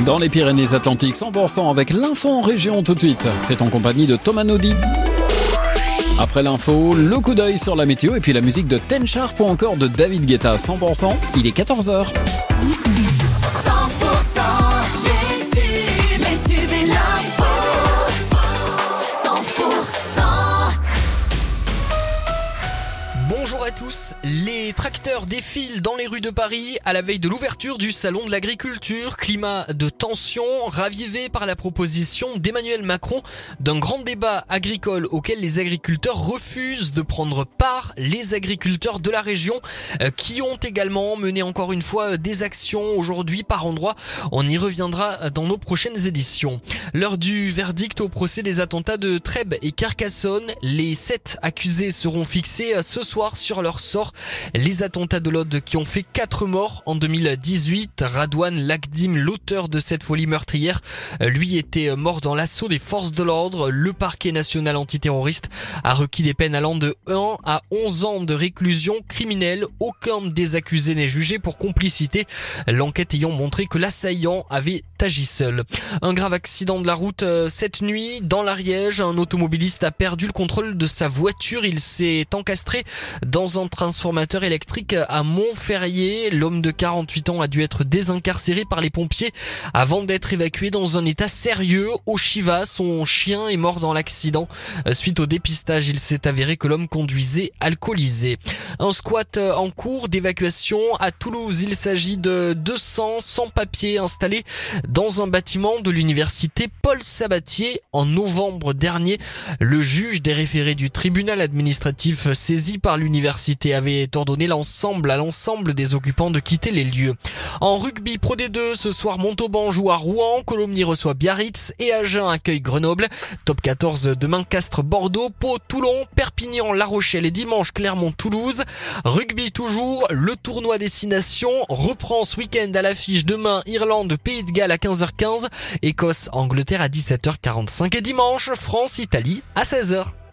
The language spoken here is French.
Dans les Pyrénées-Atlantiques, 100% avec l'info en région tout de suite. C'est en compagnie de Thomas Naudy. Après l'info, le coup d'œil sur la météo et puis la musique de Ten Sharp ou encore de David Guetta. 100%, il est 14h. 100% les tubes et l'info. 100%. Bonjour à tous, les tracteurs défilent dans les rues de Paris à la veille de l'ouverture du salon de l'agriculture. Climat de tension ravivé par la proposition d'Emmanuel Macron d'un grand débat agricole auquel les agriculteurs refusent de prendre part. Les agriculteurs de la région qui ont également mené encore une fois des actions aujourd'hui par endroits. On y reviendra dans nos prochaines éditions. L'heure du verdict au procès des attentats de Trèbes et Carcassonne. Les 7 accusés seront fixés ce soir sur leur sort. Les attentats de l'Aude qui ont fait 4 morts en 2018. Radouane Lagdim, l'auteur de cette folie meurtrière, lui était mort dans l'assaut des forces de l'ordre. Le parquet national antiterroriste a requis des peines allant de 1 à 11 ans de réclusion criminelle. Aucun des accusés n'est jugé pour complicité. L'enquête ayant montré que l'assaillant avait agi seul. Un grave accident de la route cette nuit dans l'Ariège. Un automobiliste a perdu le contrôle de sa voiture. Il s'est encastré dans un transformateur électrique à Montferrier. L'homme de 48 ans a dû être désincarcéré par les pompiers avant d'être évacué dans un état sérieux au Chiva. Son chien est mort dans l'accident. Suite au dépistage, il s'est avéré que l'homme conduisait alcoolisé. Un squat en cours d'évacuation à Toulouse. Il s'agit de 200 sans-papiers installés dans un bâtiment de l'université Paul Sabatier en novembre dernier. Le juge des référés du tribunal administratif saisi par l'université avait ordonné à l'ensemble des occupants de quitter les lieux. En rugby Pro D2, ce soir Montauban joue à Rouen, Colomny reçoit Biarritz et Agen accueille Grenoble. Top 14 demain, Castres, Bordeaux, Pau, Toulon, Perpignan, La Rochelle et dimanche Clermont, Toulouse. Rugby toujours, le tournoi Destination reprend ce week-end à l'affiche demain Irlande, Pays de Galles à 15h15, Écosse, Angleterre à 17h45 et dimanche France-Italie à 16h.